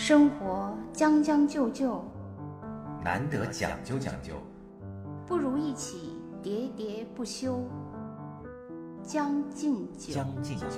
生活将将就就， 难得讲究讲究， 不如一起喋喋不休。将进酒， 将进酒。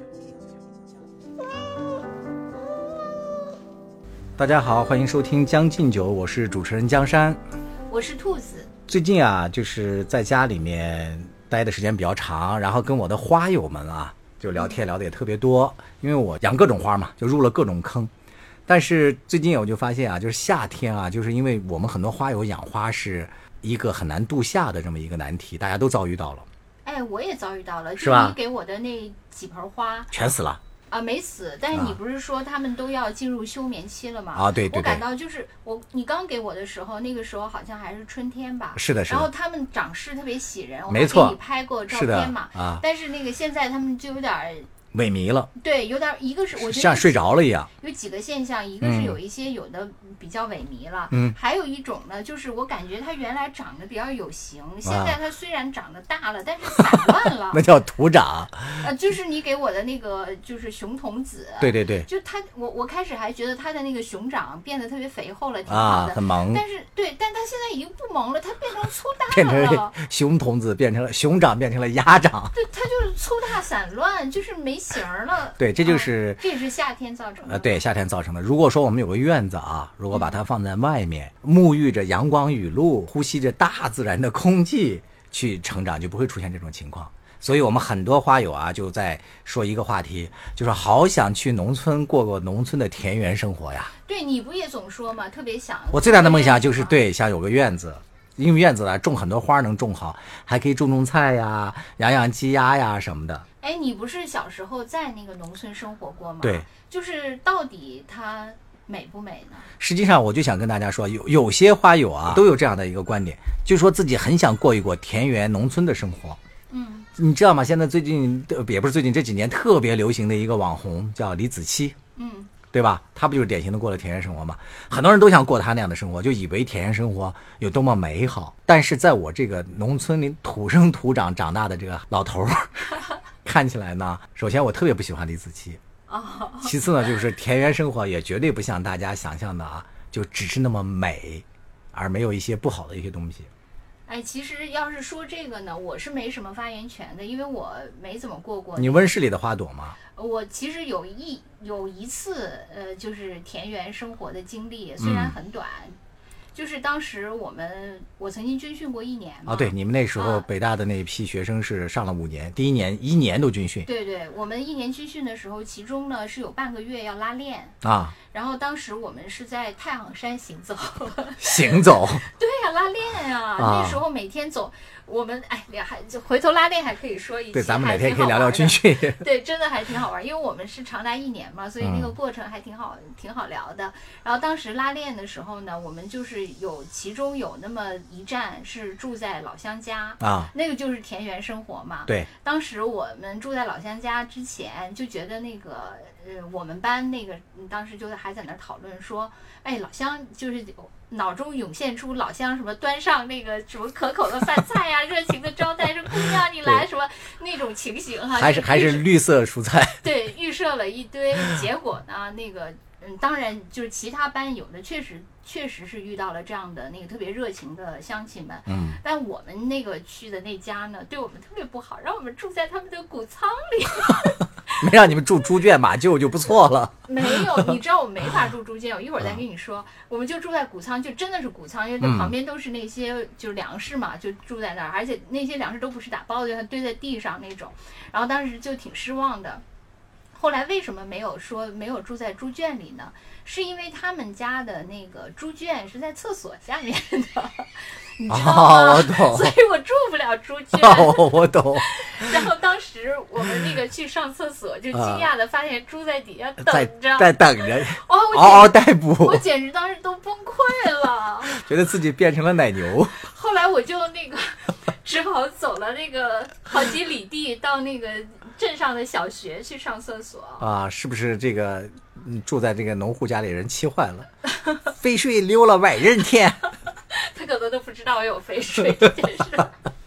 大家好，欢迎收听将进酒，我是主持人江山， 我是兔子。 最近啊，就是在家里面待的时间比较长，然后跟我的花友们啊，就聊天聊得也特别多，因为我养各种花嘛，就入了各种坑。但是最近我就发现啊，就是夏天啊，就是因为我们很多花友养花是一个很难度夏的这么一个难题，大家都遭遇到了。 哎，我也遭遇到了， 是吧？ 就是你给我的那几盆花全死了啊，没死，但是你不是说他们都要进入休眠期了吗？ 啊，对对对。 我感到就是你刚给我的时候，那个时候好像还是春天吧？ 是的，是的。 然后他们长势特别喜人， 没错， 我还给你拍过照片嘛。 啊。 但是那个现在他们就有点萎靡了。 对，有点，一个是我觉得像睡着了一样。 有几个现象，一个是有一些有的比较萎靡了，还有一种呢，就是我感觉它原来长得比较有型，现在它虽然长得大了，但是散乱了。 那叫徒长。 就是你给我的那个就是熊童子。 对对对。 就它，我开始还觉得它的那个熊掌变得特别肥厚了，挺好的， 很萌。 但是对，但它现在已经不萌了，它变成粗大了。 变成熊童子，变成了熊掌，变成了鸭掌。 对，它就是粗大散乱，就是没形了。 对，这就是、 这也是夏天造成的。 对，夏天造成的。如果说我们有个院子啊，如果把它放在外面，沐浴着阳光雨露，呼吸着大自然的空气去成长，就不会出现这种情况。所以我们很多花友啊，就在说一个话题，就是好想去农村过过农村的田园生活呀。 对，你不也总说嘛，特别想。 我最大的梦想就是对，想有个院子。因为院子啊，种很多花能种好，还可以种菜呀，养养鸡鸭呀什么的。 哎，你不是小时候在那个农村生活过吗？ 对， 就是到底它美不美呢？ 实际上，我就想跟大家说，有些花友啊，都有这样的一个观点，就是说自己很想过一过田园农村的生活。你知道吗？现在最近也不是最近，这几年特别流行的一个网红叫李子柒。对吧？他不就是典型的过了田园生活吗？很多人都想过他那样的生活，就以为田园生活有多么美好。但是在我这个农村里土生土长长大的这个老头看起来呢，首先我特别不喜欢李子柒，其次呢，就是田园生活也绝对不像大家想象的啊，就只是那么美，而没有一些不好的一些东西。 哎，其实要是说这个呢，我是没什么发言权的，因为我没怎么过过。 你温室里的花朵吗？ 我其实有一次就是田园生活的经历，虽然很短，就是当时我曾经军训过1年嘛。 对，你们那时候北大的那一批学生是上了5年，第1年都军训。 对对，我们1年军训的时候，其中呢是有半个月要拉练啊。 然后当时我们是在太行山行走。 行走？ 对呀，拉练呀。那时候每天走，我们回头拉练还可以说一期。 对，咱们哪天可以聊聊军训。 对，真的还挺好玩，因为我们是长达1年嘛，所以那个过程还挺好聊的。然后当时拉练的时候呢，我们就是其中有那么一站是住在老乡家啊，那个就是田园生活嘛。 对， 当时我们住在老乡家之前就觉得那个我们班那个当时就还在那讨论说，哎，老乡就是脑中涌现出老乡什么端上那个什么可口的饭菜呀，热情的招待说姑娘你来什么那种情形哈， 还是绿色蔬菜。 对，预设了一堆，结果呢那个当然就是其他班有的确实是遇到了这样的那个特别热情的乡亲们，但我们那个去的那家呢，对我们特别不好，让我们住在他们的谷仓里。 没让你们住猪圈马厩就不错了。 没有，你知道我没法住猪圈，我一会儿再跟你说。我们就住在谷仓，就真的是谷仓，因为旁边都是那些就是粮食嘛，就住在那儿，而且那些粮食都不是打包的，它堆在地上那种。然后当时就挺失望的。后来为什么没有住在猪圈里呢？是因为他们家的那个猪圈是在厕所下面的，你知道吗？ 我懂。 所以我住不了猪圈。 我懂。 然后当时我们那个去上厕所，就惊讶的发现猪在底下等着， 在等着， 嗷嗷待哺。 我简直当时都崩溃了， 觉得自己变成了奶牛。 后来我就那个只好走了那个好几里地到那个镇上的小学去上厕所啊。是不是这个住在这个农户家里人气坏了？肥水流了外人田。 他可能都不知道我有肥水这件事。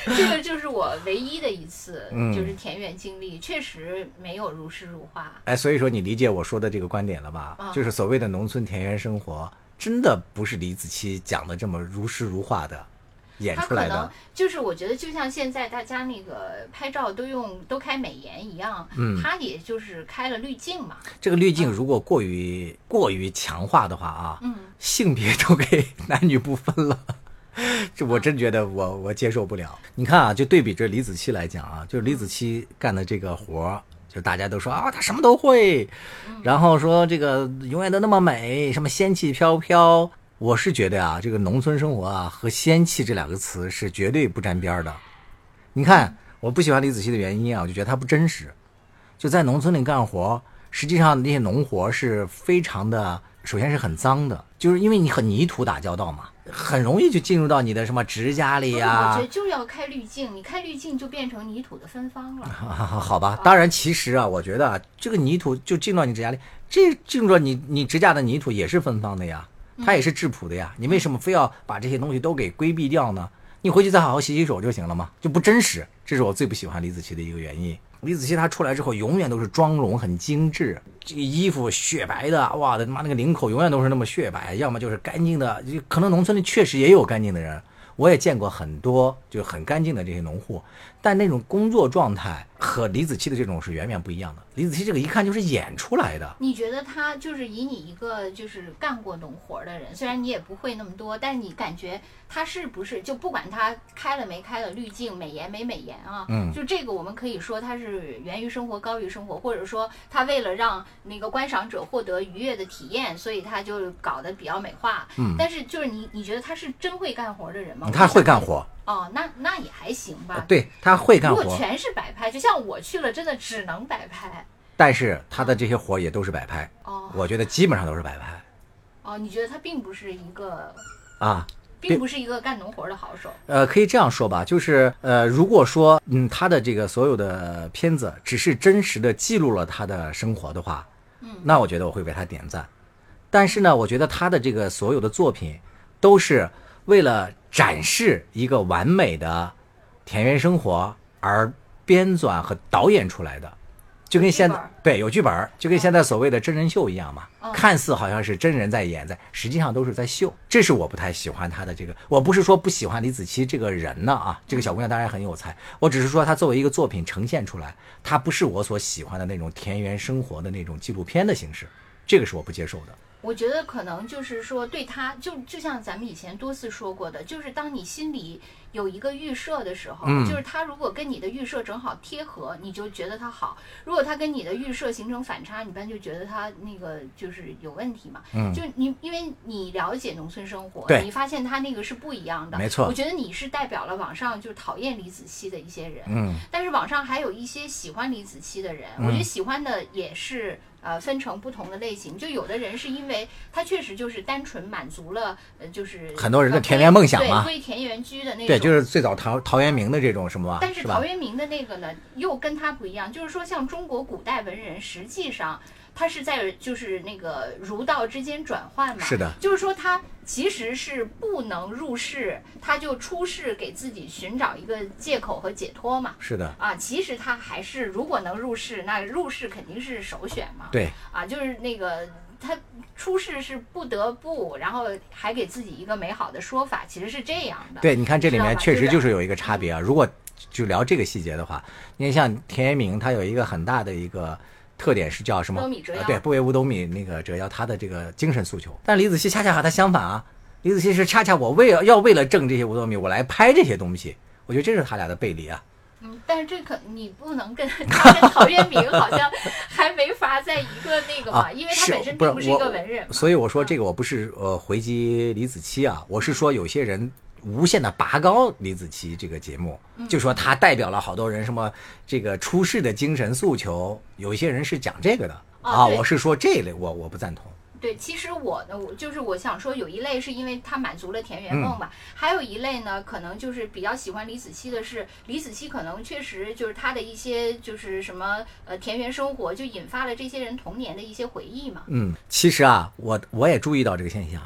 这个就是我唯一的一次，就是田园经历，确实没有如诗如画。 哎，所以说你理解我说的这个观点了吧？就是所谓的农村田园生活，真的不是李子柒讲的这么如诗如画的演出来的。 他可能就是我觉得，就像现在大家那个拍照都开美颜一样，他也就是开了滤镜嘛。这个滤镜如果过于强化的话啊，性别都给男女不分了。这我真觉得我接受不了。你看啊，就对比着李子柒来讲啊，就是李子柒干的这个活，就大家都说啊，他什么都会，然后说这个永远都那么美，什么仙气飘飘。我是觉得啊，这个农村生活啊和仙气这两个词是绝对不沾边的。你看，我不喜欢李子柒的原因啊，我就觉得他不真实。就在农村里干活，实际上那些农活是非常的，首先是很脏的，就是因为你和泥土打交道嘛，很容易就进入到你的什么指甲里呀。 我觉得就要开滤镜，你开滤镜就变成泥土的芬芳了。 好吧，当然其实啊，我觉得这个泥土就进入到你指甲里，这进入到你指甲的泥土也是芬芳的呀，它也是质朴的呀。你为什么非要把这些东西都给规避掉呢？你回去再好好洗洗手就行了嘛，就不真实。这是我最不喜欢李子柒的一个原因。李子柒她出来之后永远都是妆容很精致，这个衣服雪白的，哇的妈，那个领口永远都是那么雪白，要么就是干净的。可能农村里确实也有干净的人，我也见过很多就很干净的这些农户，但那种工作状态和李子柒的这种是远远不一样的。李子柒这个一看就是演出来的。 你觉得他就是以你一个就是干过农活的人，虽然你也不会那么多，但你感觉他是不是就不管他开了没开了滤镜，美颜没美颜啊，就这个我们可以说他是源于生活高于生活，或者说他为了让那个观赏者获得愉悦的体验，所以他就搞得比较美化。但是就是你觉得他是真会干活的人吗？ 他会干活。 哦，那也还行吧。 对，他会干活。 如果全是摆拍，就像我去了，真的只能摆拍。 但是他的这些活也都是摆拍。我觉得基本上都是摆拍。 你觉得他并不是一个并不是一个干农活的好手。 可以这样说吧，就是如果说他的这个所有的片子只是真实的记录了他的生活的话，那我觉得我会为他点赞。但是呢，我觉得他的这个所有的作品都是为了展示一个完美的田园生活而编纂和导演出来的，就跟现在对有剧本，就跟现在所谓的真人秀一样嘛，看似好像是真人在演，实际上都是在秀。这是我不太喜欢他的这个。我不是说不喜欢李子柒这个人呢啊，这个小姑娘当然很有才，我只是说她作为一个作品呈现出来，她不是我所喜欢的那种田园生活的那种纪录片的形式，这个是我不接受的。 我觉得可能就是说对他就像咱们以前多次说过的，就是当你心里有一个预设的时候，就是他如果跟你的预设正好贴合，你就觉得他好；如果他跟你的预设形成反差，你一般就觉得他那个就是有问题嘛。就因为你了解农村生活，你发现他那个是不一样的。 没错， 我觉得你是代表了网上就是讨厌李子柒的一些人，但是网上还有一些喜欢李子柒的人，我觉得喜欢的也是分成不同的类型。就有的人是因为他确实就是单纯满足了就是很多人的田园梦想嘛， 对，归田园居的那种。 对，就是最早陶渊明的这种什么。 但是陶渊明的那个呢，又跟他不一样，就是说像中国古代文人，实际上他是在就是那个儒道之间转换嘛。 是的。 就是说他其实是不能入世，他就出世给自己寻找一个借口和解脱嘛。 是的。 其实他还是如果能入世，那入世肯定是首选嘛。 对。 就是那个他出世是不得不，然后还给自己一个美好的说法，其实是这样的。 对，你看这里面确实就是有一个差别啊。如果就聊这个细节的话，你像田园明，他有一个很大的一个特点是叫什么？对，不为五斗米那个折腰，他的这个精神诉求。但李子柒恰恰和他相反啊，李子柒是恰恰我为了挣这些五斗米，我来拍这些东西。我觉得这是他俩的背离啊。 但是这你不能跟他跟陶渊明好像还没法在一个那个嘛，因为他本身并不是一个文人嘛。 所以我说这个我不是回击李子柒啊，我是说有些人无限的拔高李子柒这个节目，就说他代表了好多人什么这个出世的精神诉求，有一些人是讲这个的我是说这一类我不赞同。 对，其实我想说，有一类是因为他满足了田园梦吧，还有一类呢，可能就是比较喜欢李子柒的是，李子柒可能确实就是他的一些就是什么田园生活，就引发了这些人童年的一些回忆嘛。 其实啊，我也注意到这个现象，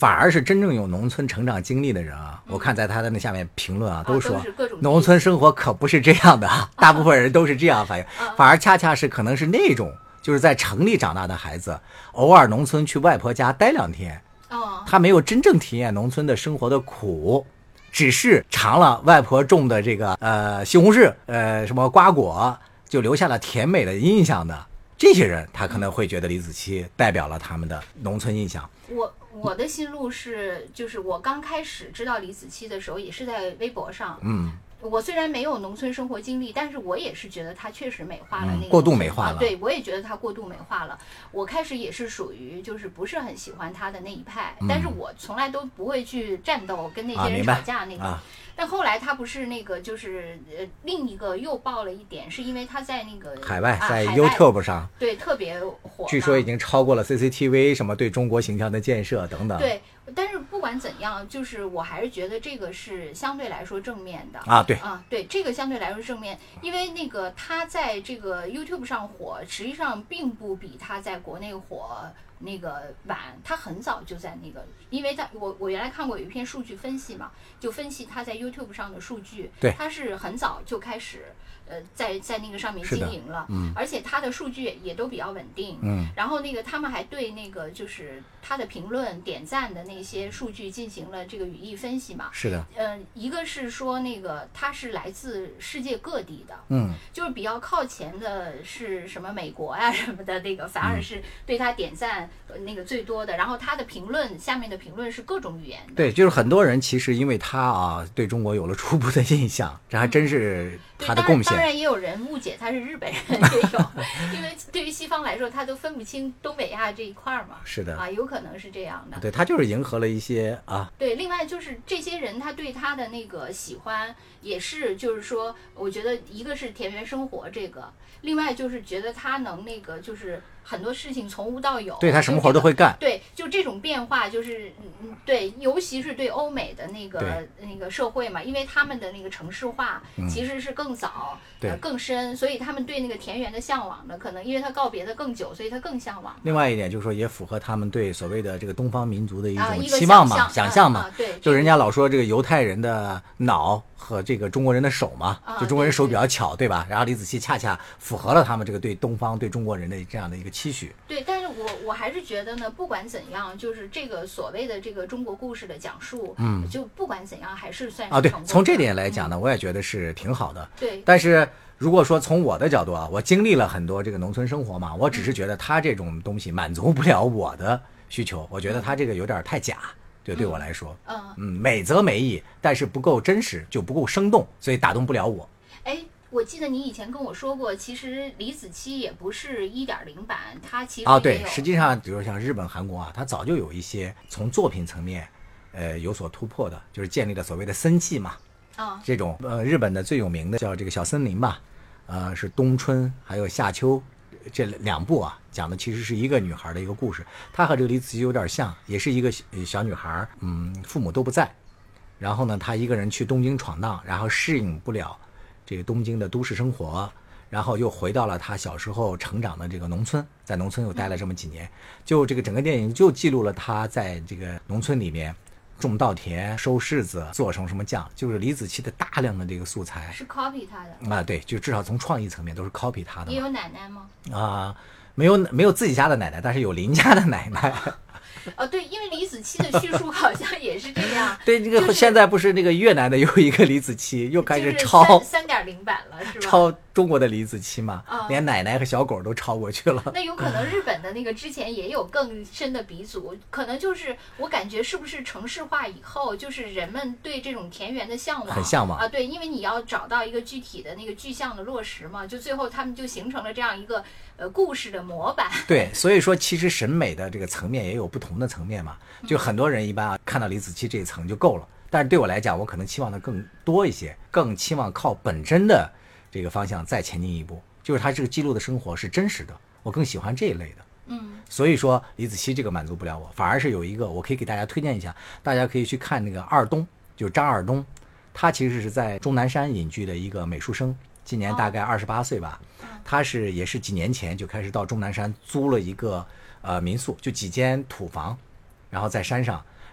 反而是真正有农村成长经历的人啊，我看在他的那下面评论啊，都说农村生活可不是这样的，大部分人都是这样反应，反而恰恰是可能是那种就是在城里长大的孩子，偶尔农村去外婆家待2天，他没有真正体验农村的生活的苦，只是尝了外婆种的这个西红柿什么瓜果，就留下了甜美的印象的这些人，他可能会觉得李子柒代表了他们的农村印象。 我的心路是，就是我刚开始知道李子柒的时候，也是在微博上。我虽然没有农村生活经历，但是我也是觉得他确实美化了那个过度美化了。 对，我也觉得他过度美化了。我开始也是属于就是不是很喜欢他的那一派，但是我从来都不会去战斗跟那些人吵架那个。但后来他不是那个就是另一个又爆了一点，是因为他在那个海外在 YouTube 上， 对，特别火， 据说已经超过了 CCTV 什么对中国形象的建设等等。 对，但是不管怎样，就是我还是觉得这个是相对来说正面的对，这个相对来说正面，因为那个他在这个 YouTube 上火，实际上并不比他在国内火那个晚，他很早就在那个，因为我原来看过有一篇数据分析嘛，就分析他在 YouTube 上的数据， 对， 他是很早就开始在那个上面经营了，而且他的数据也都比较稳定，然后那个他们还对那个就是他的评论点赞的那些数据进行了这个语义分析嘛， 是的， 一个是说那个他是来自世界各地的，就是比较靠前的是什么美国呀什么的，那个反而是对他点赞那个最多的，然后他的评论下面的评论是各种语言的， 对，就是很多人其实因为他啊对中国有了初步的印象，这还真是他的贡献。 当然也有人误解他是日本人也有，因为对于西方来说他都分不清东北亚这一块嘛， 是的有可能是这样的。 对，他就是迎合了一些对，另外就是这些人他对他的那个喜欢也是就是说，我觉得一个是田园生活这个，另外就是觉得他能那个就是很多事情从无到有， 对，他什么活都会干， 对，就这种变化就是对，尤其是对欧美的那个社会嘛，因为他们的那个城市化其实是更早更深，所以他们对那个田园的向往呢，可能因为他告别的更久，所以他更向往。 另外一点就是说也符合他们对所谓的这个东方民族的一种期望嘛，想象嘛， 对， 就人家老说这个犹太人的脑和这个中国人的手嘛，就中国人手比较巧，对吧？然后李子柒恰恰符合了他们这个对东方对中国人的这样的一个期许。 对，但是我还是觉得呢，不管怎样，就是这个所谓的这个中国故事的讲述，就不管怎样还是算是对，从这点来讲呢，我也觉得是挺好的。 对， 但是如果说从我的角度我经历了很多这个农村生活嘛，我只是觉得他这种东西满足不了我的需求，我觉得他这个有点太假。对我来说，美则美矣，但是不够真实，就不够生动，所以打动不了我。 我记得你以前跟我说过，其实李子柒也不是1.0版，它其实对，实际上比如像日本、韩国它早就有一些从作品层面有所突破的，就是建立了所谓的森纪嘛。这种日本的最有名的叫这个小森林吧，是冬春还有夏秋这2部讲的其实是一个女孩的一个故事，她和这个李子柒有点像，也是一个小女孩，父母都不在，然后呢她一个人去东京闯荡，然后适应不了这个东京的都市生活，然后又回到了她小时候成长的这个农村，在农村又待了这么几年，就这个整个电影就记录了她在这个农村里面种稻田、收柿子、做成什么酱，就是李子柒的大量的这个素材是 copy 他的对，就至少从创意层面都是 copy 他的。 也有奶奶吗？ 没有自己家的奶奶，但是有邻家的奶奶。 对，因为李子柒的叙述好像也是这样。 对，这个现在不是那个越南的有一个李子柒又开始抄 3.0版了，是吧？ 抄中国的李子柒嘛，连奶奶和小狗都抄过去了。 那有可能日本的那个之前也有更深的鼻祖，可能就是我感觉是不是城市化以后，就是人们对这种田园的向往， 很向往对，因为你要找到一个具体的那个具象的落实嘛，就最后他们就形成了这样一个故事的模板。 对，所以说其实审美的这个层面也有不同的层面嘛，就很多人一般看到李子柒这一层就够了，但是对我来讲，我可能期望的更多一些，更期望靠本真的这个方向再前进一步，就是他这个记录的生活是真实的，我更喜欢这一类的。所以说李子柒这个满足不了我，反而是有一个我可以给大家推荐一下，大家可以去看那个二东，就是张二东，他其实是在钟南山隐居的一个美术生，今年大概28岁吧，他也是几年前就开始到钟南山租了一个民宿，就几间土房，然后在山上，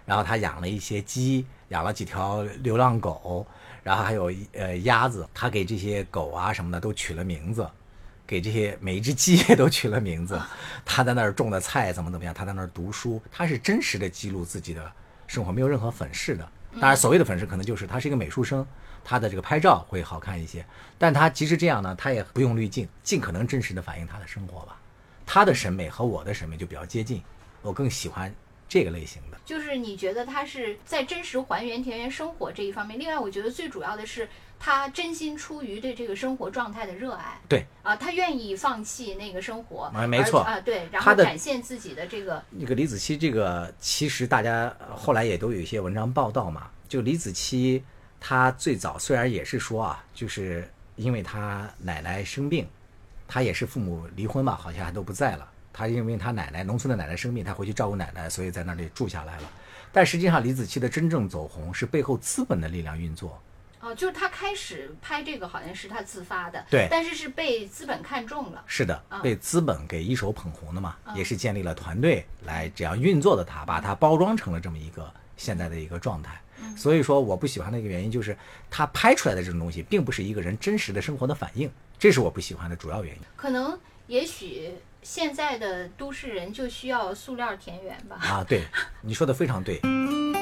然后他养了一些鸡，养了几条流浪狗，然后还有鸭子，他给这些狗啊什么的都取了名字，给这些每一只鸡也都取了名字，他在那儿种的菜怎么样，他在那儿读书，他是真实的记录自己的生活，没有任何粉饰的。当然所谓的粉饰可能就是他是一个美术生，他的这个拍照会好看一些，但他即使这样呢，他也不用滤镜，尽可能真实的反映他的生活吧。他的审美和我的审美就比较接近，我更喜欢这个类型的。 就是你觉得他是在真实还原田园生活这一方面，另外我觉得最主要的是他真心出于对这个生活状态的热爱。 对啊，他愿意放弃那个生活， 没错啊，对，然后展现自己的这个那个李子柒，这个其实大家后来也都有一些文章报道嘛，就李子柒他最早虽然也是说啊，就是因为他奶奶生病，他也是父母离婚嘛，好像还都不在了。他因为他奶奶农村的奶奶生病，他回去照顾奶奶，所以在那里住下来了。但实际上李子柒的真正走红是背后资本的力量运作。 哦，就是他开始拍这个好像是他自发的， 对， 但是被资本看中了。 是的，被资本给一手捧红的嘛，也是建立了团队来这样运作的他，把它包装成了这么一个现在的一个状态。所以说我不喜欢的一个原因就是他拍出来的这种东西并不是一个人真实的生活的反应，这是我不喜欢的主要原因。 可能也许现在的都市人就需要塑料田园吧。 啊，对，你说的非常对。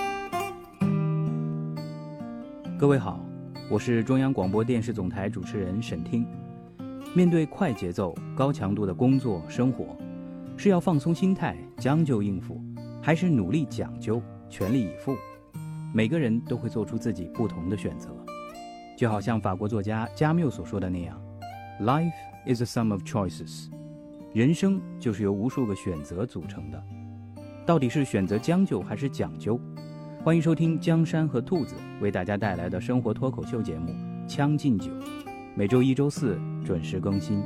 各位好，我是中央广播电视总台主持人沈听。面对快节奏、高强度的工作生活，是要放松心态、将就应付，还是努力讲究、全力以赴？每个人都会做出自己不同的选择。就好像法国作家加缪所说的那样 ，Life is a sum of choices。人生就是由无数个选择组成的，到底是选择将就还是讲究？欢迎收听江山和兔子为大家带来的生活脱口秀节目《将进酒》，每周一、周四准时更新。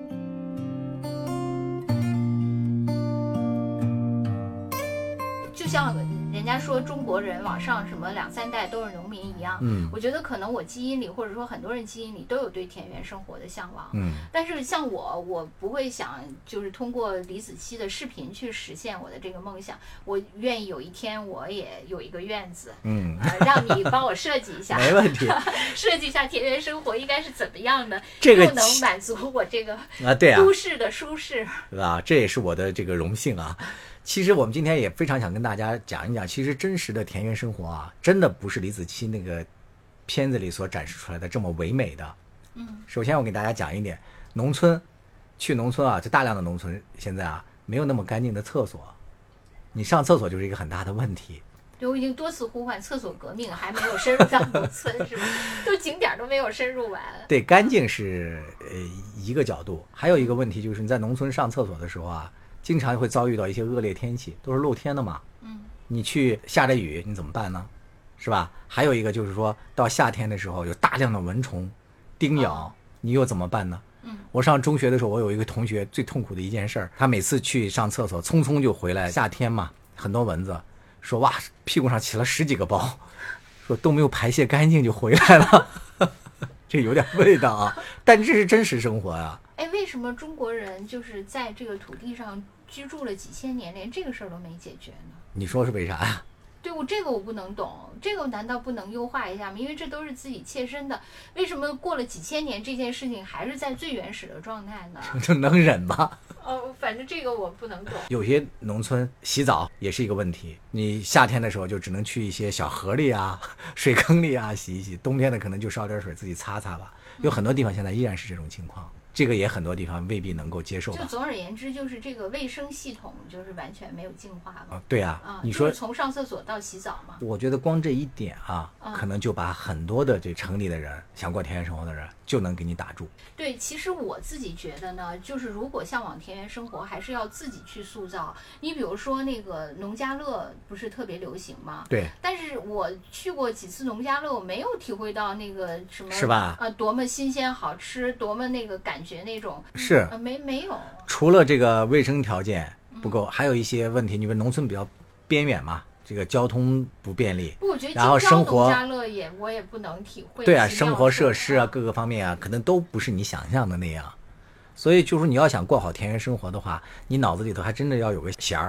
就像人家说中国人往上什么2、3代都是农民一样，我觉得可能我基因里或者说很多人基因里都有对田园生活的向往，但是像我不会想就是通过李子柒的视频去实现我的这个梦想，我愿意有一天我也有一个院子，让你帮我设计一下， 没问题， 设计一下田园生活应该是怎么样的， 这个又能满足我这个对啊都市的舒适， 对吧？这也是我的这个荣幸啊。其实我们今天也非常想跟大家讲一讲，其实真实的田园生活啊，真的不是李子柒那个片子里所展示出来的这么唯美的。首先我给大家讲一点，去农村啊，就大量的农村现在啊，没有那么干净的厕所，你上厕所就是一个很大的问题。 对，我已经多次呼唤厕所革命，还没有深入到农村，是吧？都景点都没有深入完。 对，干净是一个角度，还有一个问题就是你在农村上厕所的时候啊，经常会遭遇到一些恶劣天气，都是露天的嘛。你去下着雨，你怎么办呢？是吧？还有一个就是说到夏天的时候，有大量的蚊虫叮咬，你又怎么办呢？我上中学的时候，我有一个同学最痛苦的一件事儿，他每次去上厕所，匆匆就回来，夏天嘛，很多蚊子，说哇，屁股上起了10几个包，说都没有排泄干净就回来了，这有点味道啊，但这是真实生活啊。 为什么中国人就是在这个土地上居住了几千年，连这个事儿都没解决呢？ 你说是为啥呀？ 对，这个我不能懂，这个难道不能优化一下吗？因为这都是自己切身的，为什么过了几千年这件事情还是在最原始的状态呢？ 这能忍吗？ 反正这个我不能懂。有些农村洗澡也是一个问题，你夏天的时候就只能去一些小河里啊、水坑里啊洗一洗，冬天的可能就烧点水自己擦擦吧。有很多地方现在依然是这种情况。这个也很多地方未必能够接受吧。 就总而言之，就是这个卫生系统就是完全没有进化了。 对啊，你说、 就是从上厕所到洗澡嘛。 我觉得光这一点啊，可能就把很多的这城里的人想过田园生活的人就能给你打住。 对，其实我自己觉得呢，就是如果向往田园生活，还是要自己去塑造。你比如说那个农家乐不是特别流行吗？ 对。 但是我去过几次农家乐，我没有体会到那个什么， 是吧？ 多么新鲜好吃，多么那个感觉那种。 是。 没有。除了这个卫生条件不够，还有一些问题。你们农村比较边远嘛，这个交通不便利。 我觉得然后生活农家乐我也不能体会。 对啊，生活设施啊，各个方面啊，可能都不是你想象的那样。所以就是你要想过好田园生活的话，你脑子里头还真的要有个弦儿，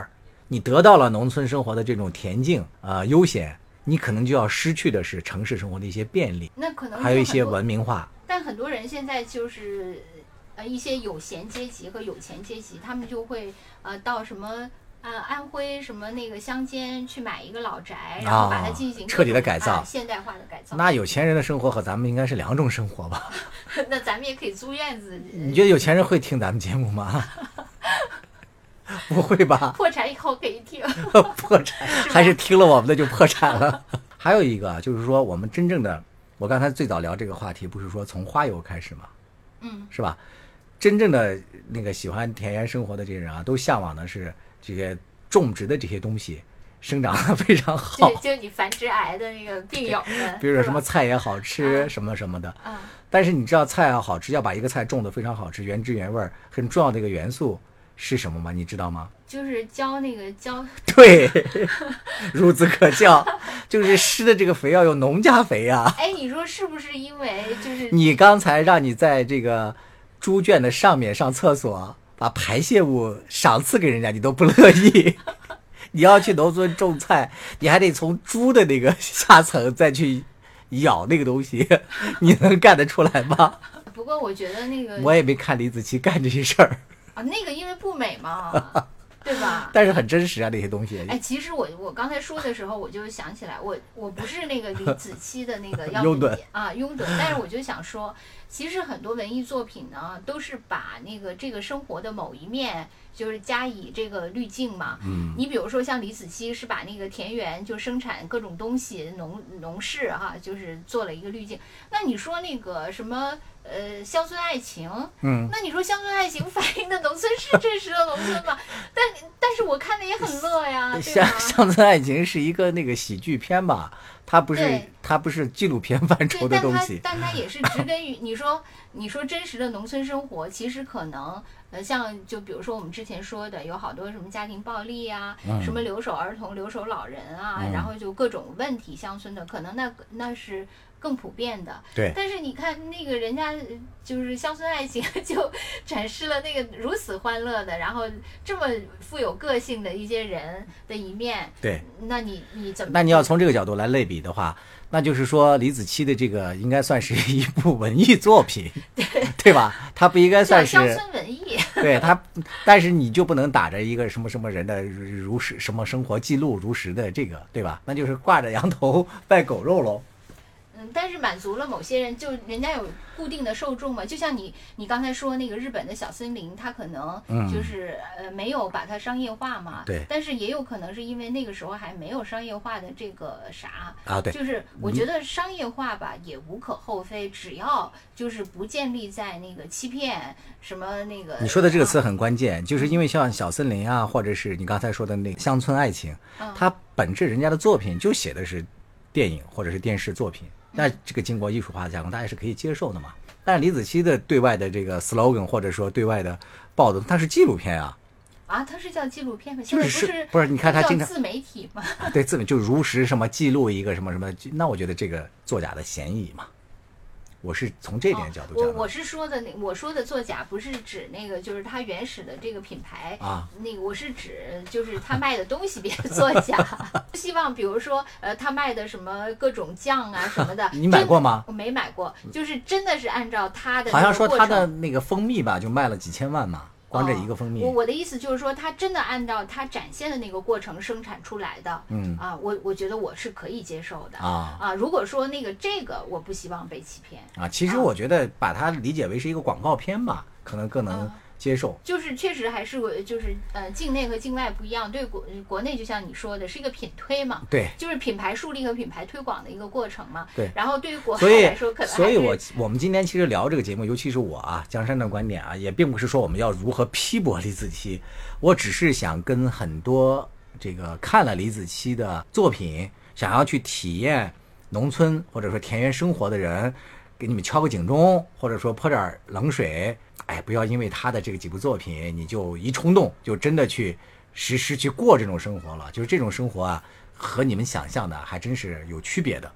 你得到了农村生活的这种恬静悠闲，你可能就要失去的是城市生活的一些便利， 那可能还有一些文明化。 但很多人现在就是一些有闲阶级和有钱阶级，他们就会到什么安徽什么那个乡间去买一个老宅，然后把它进行彻底的改造， 现代化的改造。 那有钱人的生活和咱们应该是两种生活吧？ 那咱们也可以租院子。 你觉得有钱人会听咱们节目吗？不会吧？ 破产以后可以听。 破产还是听了我们的就破产了？还有一个就是说，我们真正的，我刚才最早聊这个话题，不是说从花油开始吗？是吧？真正的那个喜欢田园生活的这些人啊，都向往的是这些种植的这些东西生长得非常好， 就你繁殖癌的那个病友们， 比如说什么菜也好吃，什么什么的。但是你知道菜要好吃，要把一个菜种得非常好吃，原汁原味，很重要的一个元素是什么吗？你知道吗？ 就是浇。 对，孺子可教，就是施的这个肥要用农家肥啊。 哎，你说是不是因为就是你刚才让你在这个猪圈的上面上厕所，把排泄物赏赐给人家，你都不乐意。你要去农村种菜，你还得从猪的那个下层再去咬那个东西，你能干得出来吗？ 不过我觉得那个我也没看李子柒干这些事儿啊，那个因为不美嘛，对吧？ 但是很真实啊，那些东西。 哎，其实我刚才说的时候，我就想起来，我不是那个李子柒的那个拥趸啊拥趸，但是我就想说，其实很多文艺作品呢，都是把那个这个生活的某一面，就是加以这个滤镜嘛。你比如说像李子柒是把那个田园就生产各种东西，农事哈，就是做了一个滤镜。那你说那个什么乡村爱情，那你说乡村爱情反映的农村是真实的农村吗？但是我看的也很乐呀，对吧？ 乡村爱情是一个那个喜剧片吧，它不是纪录片范畴的东西， 但它也是植根于你说真实的农村生活，其实可能像就比如说我们之前说的，有好多什么家庭暴力啊，什么留守儿童、留守老人啊，然后就各种问题，乡村的可能那是更普遍的。 对。 但是你看那个人家就是乡村爱情就展示了那个如此欢乐的，然后这么富有个性的一些人的一面。 对。 那你怎么？ 那你要从这个角度来类比的话，那就是说李子柒的这个应该算是一部文艺作品，对吧？它不应该算是乡村文艺。 对它，但是你就不能打着一个什么什么人的如实什么生活记录如实的这个，对吧？那就是挂着羊头卖狗肉喽。 但是满足了某些人，就人家有固定的受众嘛。就像你刚才说那个日本的小森林，它可能就是没有把它商业化嘛。 对。 但是也有可能是因为那个时候还没有商业化的这个啥啊。对。 就是我觉得商业化吧也无可厚非，只要就是不建立在那个欺骗什么那个。 你说的这个词很关键，就是因为像小森林啊，或者是你刚才说的那个乡村爱情，它本质人家的作品就写的是电影或者是电视作品。那这个经过艺术化的加工，大家是可以接受的嘛？但是李子柒的对外的这个 slogan 或者说对外的报道，它是纪录片啊。 啊，它是叫纪录片吗？ 就是不是？你看它经常自媒体嘛。 对，自媒就如实什么记录一个什么什么，那我觉得这个作假的嫌疑嘛。我是从这点角度讲的。 我是说的我说的作假不是指那个就是它原始的这个品牌啊，那个我是指就是他卖的东西别作假。希望比如说他卖的什么各种酱啊什么的， 你买过吗？ 我没买过，就是真的是按照他的好像说他的那个蜂蜜吧，就卖了几千万嘛。光这一个蜂蜜， 我的意思就是说，它真的按照它展现的那个过程生产出来的，我觉得我是可以接受的如果说那个这个我不希望被欺骗其实我觉得把它理解为是一个广告片吧，可能更能接受。 就是确实还是就是境内和境外不一样，对国内就像你说的是一个品推嘛， 对， 就是品牌树立和品牌推广的一个过程嘛， 对。 然后对于国外来说，可能所以我们今天其实聊这个节目，尤其是我江山的观点也并不是说我们要如何批驳李子柒，我只是想跟很多这个看了李子柒的作品，想要去体验农村或者说田园生活的人，给你们敲个警钟，或者说泼点冷水。不要因为他的这个几部作品，你就一冲动就真的去实施去过这种生活了。就是这种生活和你们想象的还真是有区别的。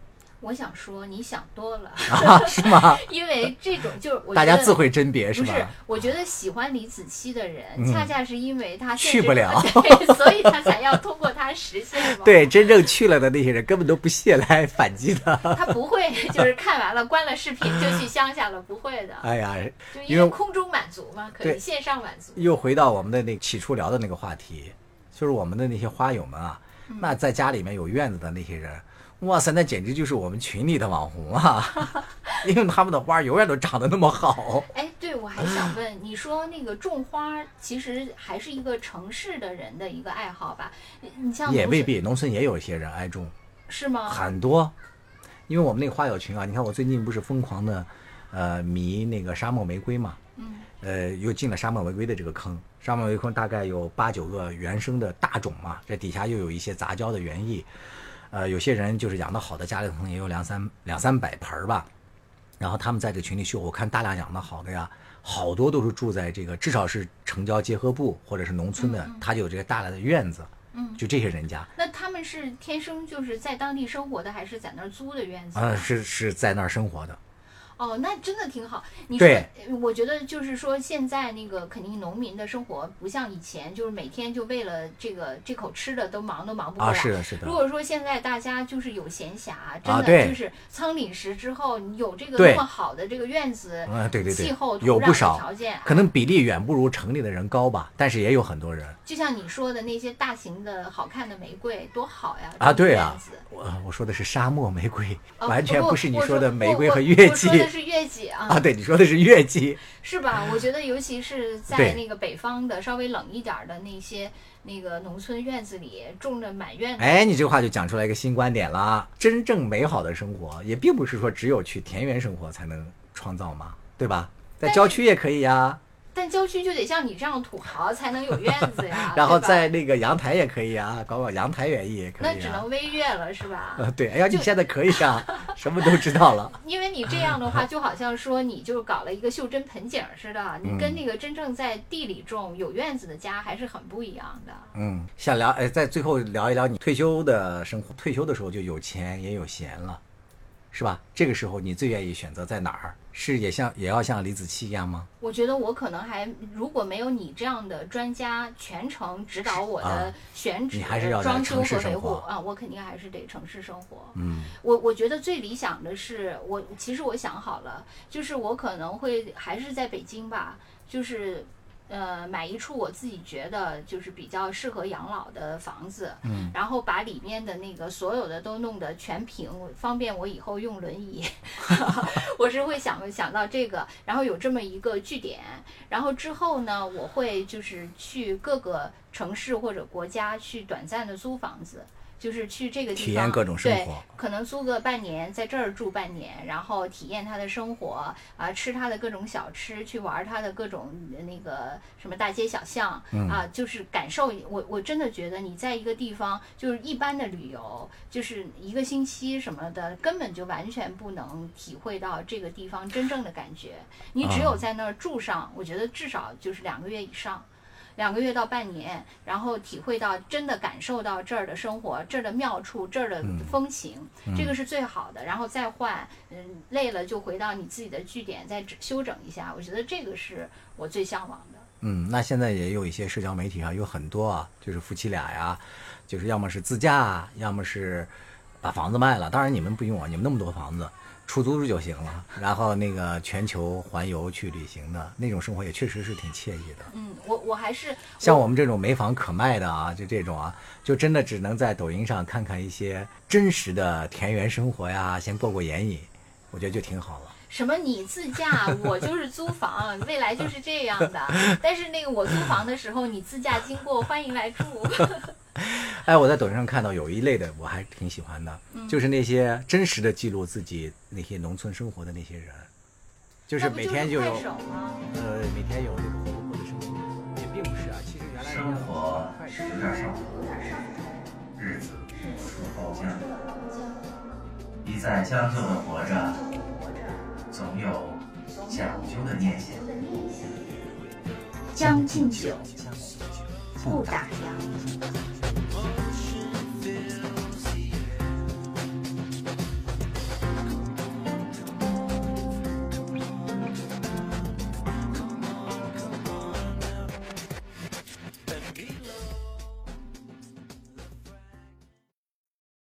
我想说，你想多了是吗？ 因为这种就是我大家自会甄别，是吧？ 不是，我觉得喜欢李子柒的人，恰恰是因为他去不了， 对，所以他才要通过他实现嘛。 对，真正去了的那些人根本都不屑来反击的。 他不会，就是看完了关了视频就去乡下了，不会的。 哎呀， 就因为空中满足嘛，可以线上满足。 又回到我们的那起初聊的那个话题，就是我们的那些花友们啊，那在家里面有院子的那些人。哇塞，那简直就是我们群里的网红啊！因为他们的花永远都长得那么好。 哎，对，我还想问，你说那个种花，其实还是一个城市的人的一个爱好吧？你像也未必，农村也有一些人爱种， 是吗？ 很多，因为我们那个花友群啊，你看我最近不是疯狂的迷那个沙漠玫瑰嘛，又进了沙漠玫瑰的这个坑。沙漠玫瑰坑大概有8、9个原生的大种嘛，这底下又有一些杂交的园艺。有些人就是养得好的，家里可能也有200-300盆吧，然后他们在这群里秀，我看大量养得好的呀，好多都是住在这个至少是城郊结合部或者是农村的，他就有这个大量的院子，就这些人家。 那他们是天生就是在当地生活的，还是在那儿租的院子？ 是在那儿生活的。 哦，那真的挺好。你说，我觉得就是说，现在那个肯定农民的生活不像以前，就是每天就为了这口吃的都忙不过来。 是的。 如果说现在大家就是有闲暇，真的就是仓廪实之后，你有这个那么好的这个院子， 对， 气候有不少条件， 可能比例远不如城里的人高吧，但是也有很多人。 就像你说的那些大型的好看的玫瑰，多好呀！ 对啊，我说的是沙漠玫瑰，完全不是你说的玫瑰和月季。 我说的是月季啊。 对，你说的是月季， 是吧？我觉得尤其是在那个北方的稍微冷一点的那些那个农村院子里种着满院。 哎，你这话就讲出来一个新观点了。真正美好的生活，也并不是说只有去田园生活才能创造嘛，对吧？在郊区也可以呀。 但郊区就得像你这样土豪才能有院子呀， 然后在那个阳台也可以啊，搞阳台园艺也可以。 那只能微月了，是吧？ 对，哎呀，你现在可以啊，什么都知道了。 因为你这样的话，就好像说你就搞了一个袖珍盆景似的，你跟那个真正在地里种有院子的家还是很不一样的。 想聊，在最后聊一聊你退休的生活。退休的时候就有钱也有闲了，是吧？这个时候你最愿意选择在哪儿？是也要像李子柒一样吗？ 我觉得我可能如果没有你这样的专家全程指导我的选址、装修和维护啊，我肯定还是得城市生活。我觉得最理想的是其实我想好了，就是我可能会还是在北京吧，就是买一处我自己觉得就是比较适合养老的房子，然后把里面的那个所有的都弄得全平，方便我以后用轮椅。我是会想到这个，然后有这么一个据点，然后之后呢，我会就是去各个城市或者国家去短暂的租房子。就是去这个地方体验各种生活， 对，可能租个半年，在这儿住半年，然后体验他的生活啊，吃他的各种小吃，去玩他的各种那个什么大街小巷啊，就是感受。我真的觉得你在一个地方，就是一般的旅游，就是1个星期什么的，根本就完全不能体会到这个地方真正的感觉。你只有在那儿住上，我觉得至少就是2个月以上。2个月到半年，然后体会到真的感受到这儿的生活，这儿的妙处，这儿的风情，这个是最好的。然后再换，累了就回到你自己的据点，再休整一下。我觉得这个是我最向往的。 那现在也有一些社交媒体上有很多啊，就是夫妻俩呀，就是要么是自驾，要么是把房子卖了。当然你们不用啊，你们那么多房子。出租就行了，然后那个全球环游去旅行的那种生活也确实是挺惬意的。 我还是像我们这种没房可卖的啊，就这种啊，就真的只能在抖音上看看一些真实的田园生活呀，先过眼瘾，我觉得就挺好了。 什么你自驾，我就是租房，未来就是这样的。但是那个我租房的时候，你自驾经过，欢迎来住。 哎，我在抖音上看到有一类的，我还挺喜欢的，就是那些真实的记录自己那些农村生活的那些人，就是每天就有每天有那个活泼的生活，也并不是啊，其实原来生活是有点生活，日子是包浆，一再将就的活着，总有讲究的念想。 将进酒，不打烊。